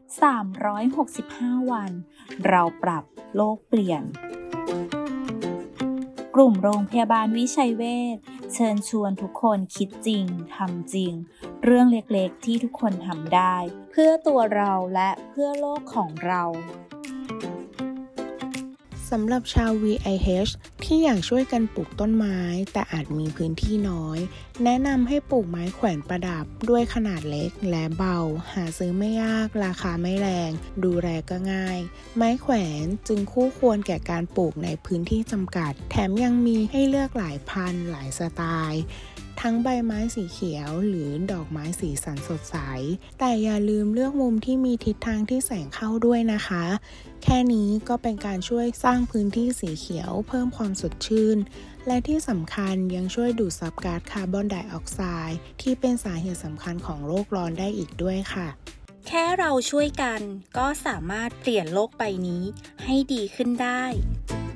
365 วันเราปรับโลกเปลี่ยนกลุ่มโรงพยาบาลวิชัยเวชเชิญชวนทุกคนคิดจริงทำจริงเรื่องเล็กๆที่ทุกคนทำได้เพื่อตัวเราและเพื่อโลกของเราสำหรับชาว VIH ที่อยากช่วยกันปลูกต้นไม้แต่อาจมีพื้นที่น้อยแนะนำให้ปลูกไม้แขวนประดับด้วยขนาดเล็กและเบาหาซื้อไม่ยากราคาไม่แรงดูแลก็ง่ายไม้แขวนจึงคู่ควรแก่การปลูกในพื้นที่จำกัดแถมยังมีให้เลือกหลายพันธุ์หลายสไตล์ทั้งใบไม้สีเขียวหรือดอกไม้สีสันสดใสแต่อย่าลืมเลือกมุมที่มีทิศทางที่แสงเข้าด้วยนะคะแค่นี้ก็เป็นการช่วยสร้างพื้นที่สีเขียวเพิ่มความสดชื่นและที่สำคัญยังช่วยดูดซับก๊าซคาร์บอนไดออกไซด์ที่เป็นสาเหตุสำคัญของโลกร้อนได้อีกด้วยค่ะแค่เราช่วยกันก็สามารถเปลี่ยนโลกใบนี้ให้ดีขึ้นได้